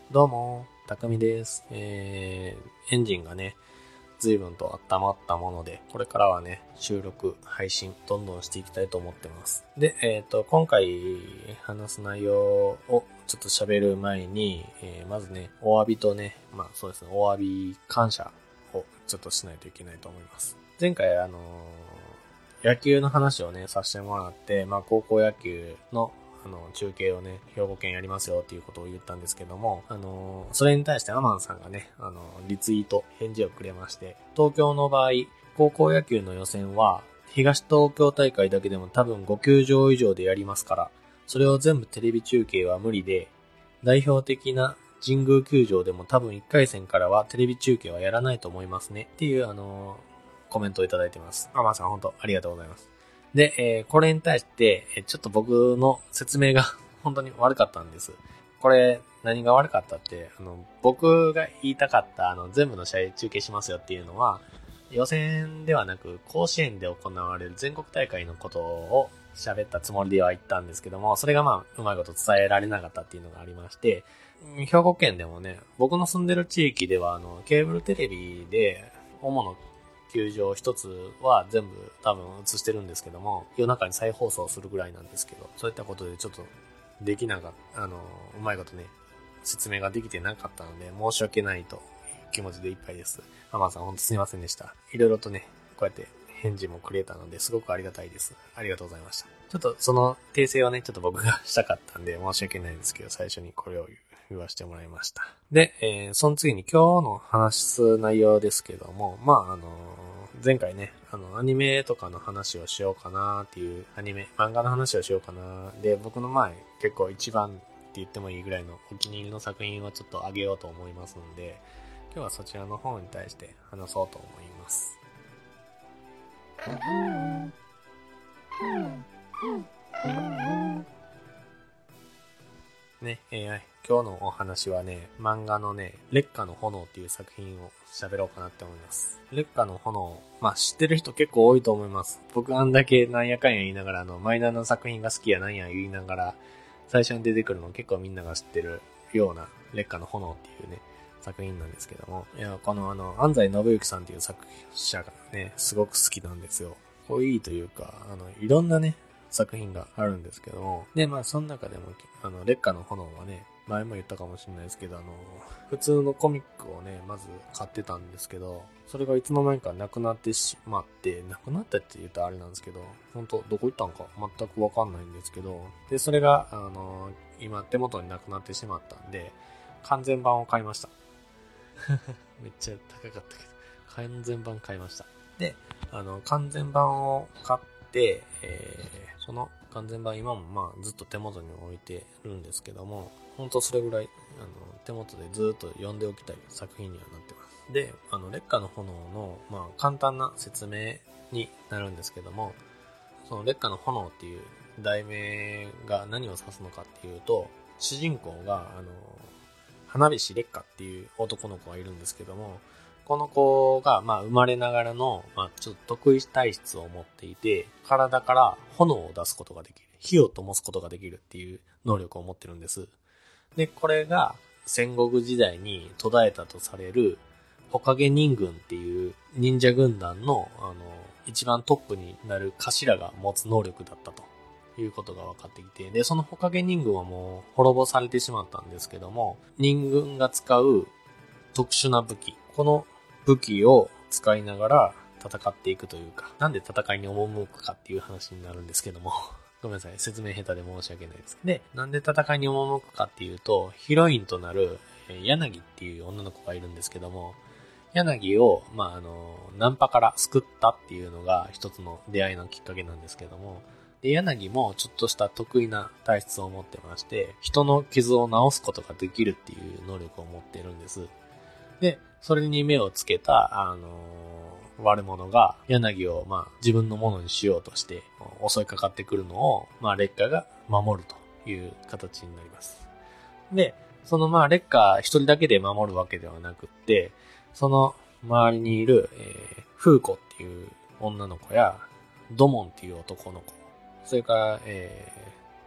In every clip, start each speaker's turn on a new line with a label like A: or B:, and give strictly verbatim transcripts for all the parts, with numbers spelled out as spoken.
A: どうも、たくみです。えー、エンジンがね、随分と温まったもので、これからはね、収録、配信、どんどんしていきたいと思ってます。で、えっと、今回話す内容をちょっと喋る前に、えー、まずね、お詫びとね、まあそうですね、お詫び感謝をちょっとしないといけないと思います。前回あのー、野球の話をね、させてもらって、まあ高校野球のあの、中継をね、兵庫県やりますよっていうことを言ったんですけども、あの、それに対してアマンさんがね、あの、リツイート、返事をくれまして、東京の場合、高校野球の予選は、東東京大会だけでも多分ご球場以上でやりますから、それを全部テレビ中継は無理で、代表的な神宮球場でも多分いっかい戦からはテレビ中継はやらないと思いますね。っていう、あの、コメントをいただいてます。アマンさん本当ありがとうございます。で、えー、これに対して、えー、ちょっと僕の説明が本当に悪かったんです。これ、何が悪かったって、あの、僕が言いたかった、あの、全部の試合中継しますよっていうのは、予選ではなく、甲子園で行われる全国大会のことを喋ったつもりでは言ったんですけども、それがまあ、うまいこと伝えられなかったっていうのがありまして、兵庫県でもね、僕の住んでる地域では、あの、ケーブルテレビで、主な球場一つは全部多分映してるんですけども、夜中に再放送するぐらいなんですけど、そういったことでちょっとできなかった、あの、うまいことね、説明ができてなかったので、申し訳ないという気持ちでいっぱいです。アマンさんほんとすみませんでした。いろいろとね、こうやって返事もくれたので、すごくありがたいです。ありがとうございました。ちょっとその訂正はね、ちょっと僕がしたかったんで、申し訳ないんですけど、最初にこれを言わせてもらいました。で、えー、その次に今日の話す内容ですけども、まあ、あのー前回ね、あの、アニメとかの話をしようかなっていう、アニメ、漫画の話をしようかな。で、僕の前、結構一番って言ってもいいぐらいのお気に入りの作品をちょっとあげようと思いますので、今日はそちらの方に対して話そうと思います。ね、えー、今日のお話はね、漫画のね、烈火の炎っていう作品を喋ろうかなって思います。烈火の炎、まあ知ってる人結構多いと思います。僕あんだけなんやかんや言いながら、あの、マイナーの作品が好きやなんや言いながら、最初に出てくるの結構みんなが知ってるような烈火の炎っていうね、作品なんですけども、いや、このあの、安西信之さんっていう作者がね、すごく好きなんですよ。こういいというか、あの、いろんなね、作品があるんですけども、で、まあ、その中でも、あの、烈火の炎はね、前も言ったかもしれないですけど、あの、普通のコミックをね、まず買ってたんですけど、それがいつの間にかなくなってしまって、なくなったって言うとあれなんですけど、本当どこ行ったんか全くわかんないんですけど、で、それが、あの、今手元になくなってしまったんで、完全版を買いました。めっちゃ高かったけど、完全版買いました。で、あの、完全版を買って、えー、その完全版今もまあずっと手元に置いてるんですけども、本当それぐらい、あの、手元でずっと読んでおきたい作品にはなってます。で、あの、烈火の炎の、まあ簡単な説明になるんですけども、その烈火の炎っていう題名が何を指すのかっていうと、主人公が、あの、花火師烈火っていう男の子がいるんですけども、この子が、まあ、生まれながらの、まあ、ちょっと特異体質を持っていて、体から炎を出すことができる。火を灯すことができるっていう能力を持ってるんです。で、これが戦国時代に途絶えたとされる、火影忍軍っていう忍者軍団の、あの、一番トップになる頭が持つ能力だったということが分かってきて、で、その火影忍軍はもう滅ぼされてしまったんですけども、忍軍が使う特殊な武器、この武器を使いながら戦っていくというか、なんで戦いに赴くかっていう話になるんですけども、ごめんなさい、説明下手で申し訳ないです。で、なんで戦いに赴くかっていうと、ヒロインとなる柳っていう女の子がいるんですけども、柳を、まあ、あの、ナンパから救ったっていうのが一つの出会いのきっかけなんですけども、で、柳もちょっとした得意な体質を持ってまして、人の傷を治すことができるっていう能力を持っているんです。で、それに目をつけた、あのー、悪者が柳を、まあ、自分のものにしようとして襲いかかってくるのを、まあ、烈火が守るという形になります。で、そのまあ、烈火一人だけで守るわけではなくって、その周りにいる、えー、フーコっていう女の子や、ドモンっていう男の子、それから、え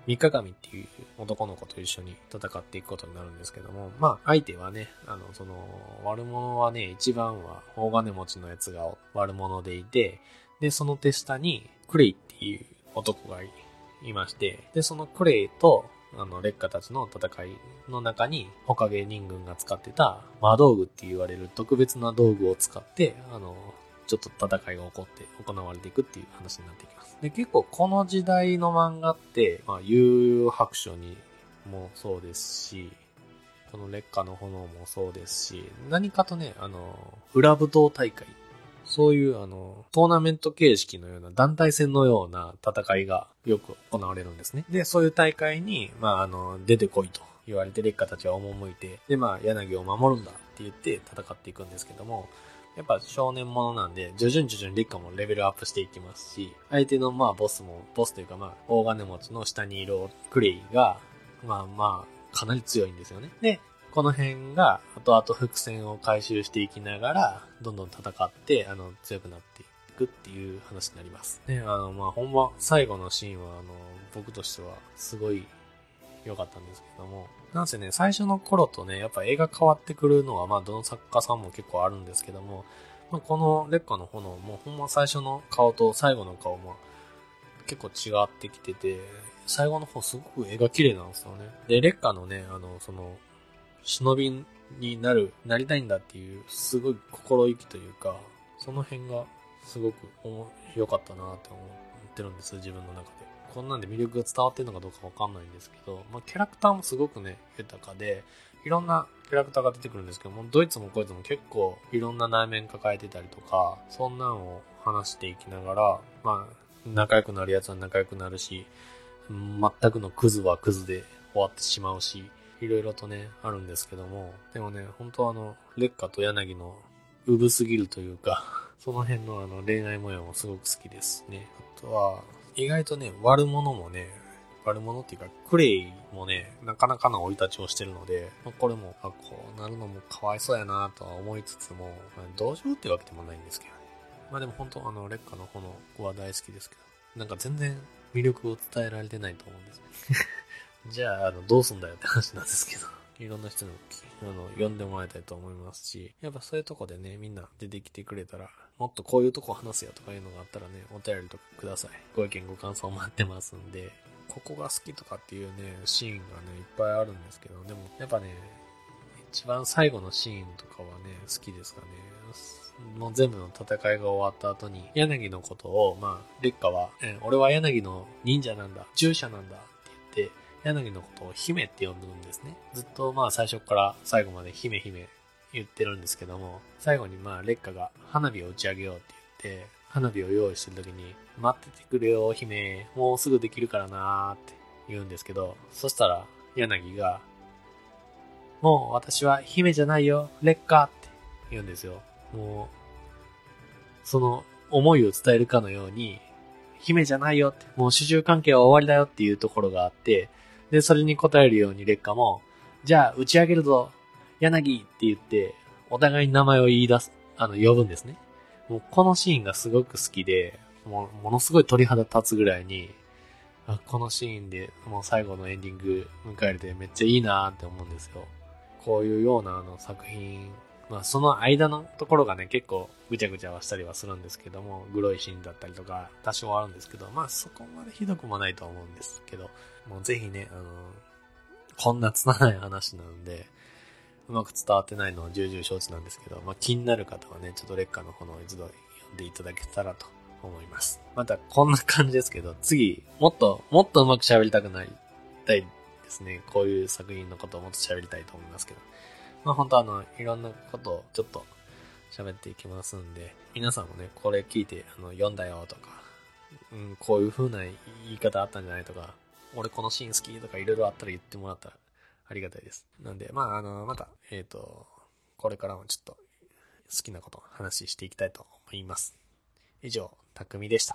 A: 三鏡っていう男の子と一緒に戦っていくことになるんですけども、まあ相手はね、あの、その、悪者はね、一番は大金持ちのやつが悪者でいて、で、その手下にクレイっていう男がいまして、で、そのクレイと、あの、劣化たちの戦いの中に、火影人軍が使ってた魔道具って言われる特別な道具を使って、あの、ちょっと戦いが起こって行われていくっていう話になっていきます。で、結構この時代の漫画って、まあ、悠々白書にもそうですし、この劣化の炎もそうですし、何かとね、あの、裏武闘大会、そういうあの、トーナメント形式のような団体戦のような戦いがよく行われるんですね。で、そういう大会に、まあ、あの、出てこいと言われて劣化たちは赴いて、で、まあ、柳を守るんだって言って戦っていくんですけども、やっぱ少年ものなんで、徐々に徐々に劣化もレベルアップしていきますし、相手のまあボスも、ボスというかまあ、大金持ちの下にいるクレイが、まあまあ、かなり強いんですよね。で、この辺が後々伏線を回収していきながら、どんどん戦って、あの、強くなっていくっていう話になります。で、あの、まあ、ほんま、最後のシーンは、あの、僕としては、すごい良かったんですけども、なんせね、最初の頃とね、やっぱ映画変わってくるのは、まあ、どの作家さんも結構あるんですけども、まあ、この劣化の炎も、ほんま最初の顔と最後の顔も、結構違ってきてて、最後の方すごく絵が綺麗なんですよね。で、劣化のね、あの、その、忍びになる、なりたいんだっていう、すごい心意気というか、その辺がすごく良かったなって思ってるんです、自分の中で。こんなんで魅力が伝わってるのかどうかわかんないんですけど、まあ、キャラクターもすごくね、豊かで、いろんなキャラクターが出てくるんですけども、どいつもこいつも結構いろんな内面抱えてたりとか、そんなんを話していきながら、まあ、仲良くなるやつは仲良くなるし、全くのクズはクズで終わってしまうし、いろいろとね、あるんですけども、でもね、本当あの、劣化と柳のうぶすぎるというか、その辺のあの恋愛模様もすごく好きですね。あとは、意外とね、悪者もね、悪者っていうか、クレイもね、なかなかの生い立ちをしてるので、これも、あ、こうなるのもかわいそうやなとは思いつつも、同情っていうわけでもないんですけどね。まあでも本当あの、劣化の炎は大好きですけど、なんか全然魅力を伝えられてないと思うんですね。じゃあ、あの、どうすんだよって話なんですけど。いろんな人にあの呼んでもらいたいと思いますし、やっぱそういうとこでね、みんな出てきてくれたら、もっとこういうとこ話せよとかいうのがあったらね、お便りとかください。ご意見ご感想待ってますんで、ここが好きとかっていうね、シーンがね、いっぱいあるんですけど、でもやっぱね、一番最後のシーンとかはね、好きですかね。もう全部の戦いが終わった後に、柳のことを、まあ、劣化は、え俺は柳の忍者なんだ、従者なんだって言って、柳のことを姫って呼んでるんですね。ずっとまあ最初から最後まで姫姫言ってるんですけども、最後にまあ劣化が花火を打ち上げようって言って、花火を用意してる時に、待っててくれよ姫、もうすぐできるからなーって言うんですけど、そしたら柳が、もう私は姫じゃないよ、劣化って言うんですよ。もう、その思いを伝えるかのように、姫じゃないよって、もう主従関係は終わりだよっていうところがあって、で、それに応えるように劣化も、じゃあ打ち上げるぞ、柳って言って、お互いに名前を言い出す、あの、呼ぶんですね。もうこのシーンがすごく好きで、もう、ものすごい鳥肌立つぐらいに、あ、このシーンでもう最後のエンディング迎えれてめっちゃいいなーって思うんですよ。こういうようなあの作品、まあその間のところがね、結構ぐちゃぐちゃはしたりはするんですけども、グロいシーンだったりとか多少あるんですけど、まあそこまでひどくもないと思うんですけど、もうぜひね、あの、こんなつなない話なんで、うまく伝わってないのは重々承知なんですけど、まあ気になる方はね、ちょっと劣化の炎を一度読んでいただけたらと思います。またこんな感じですけど、次、もっと、もっとうまく喋りたくなりたいですね。こういう作品のことをもっと喋りたいと思いますけど。まあ本当あの、いろんなことをちょっと喋っていきますんで、皆さんもね、これ聞いて、あの、読んだよとか、うん、こういう風な言い方あったんじゃないとか、俺このシーン好きとかいろいろあったら言ってもらったらありがたいです。なんで、まああの、また、えっと、これからもちょっと好きなことを話していきたいと思います。以上、たくみでした。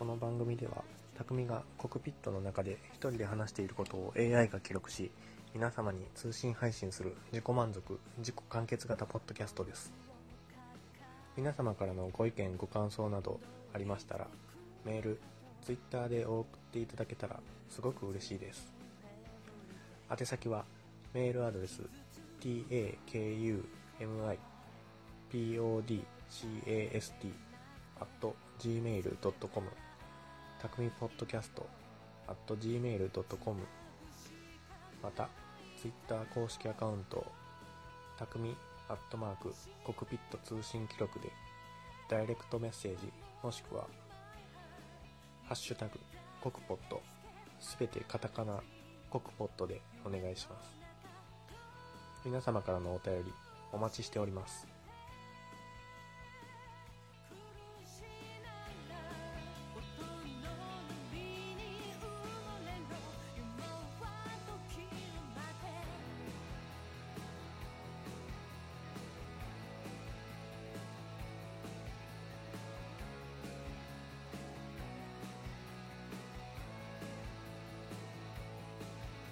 A: の番組では匠がコクピットの中で一人で話していることを エーアイ が記録し、皆様に通信配信する自己満足自己完結型ポッドキャストです。皆様からのご意見ご感想などありましたら、メール、ツイッターで送っていただけたらすごく嬉しいです。宛先はメールアドレス タくみポッドキャスト アット ジーメール ドット コム たくみポッドキャスト アット ジーメール ドット コム またツイッター公式アカウントたくみアットマークコクピット通信記録でダイレクトメッセージもしくはハッシュタグコクポットすべてカタカナコクポットでお願いします。皆様からのお便りお待ちしております。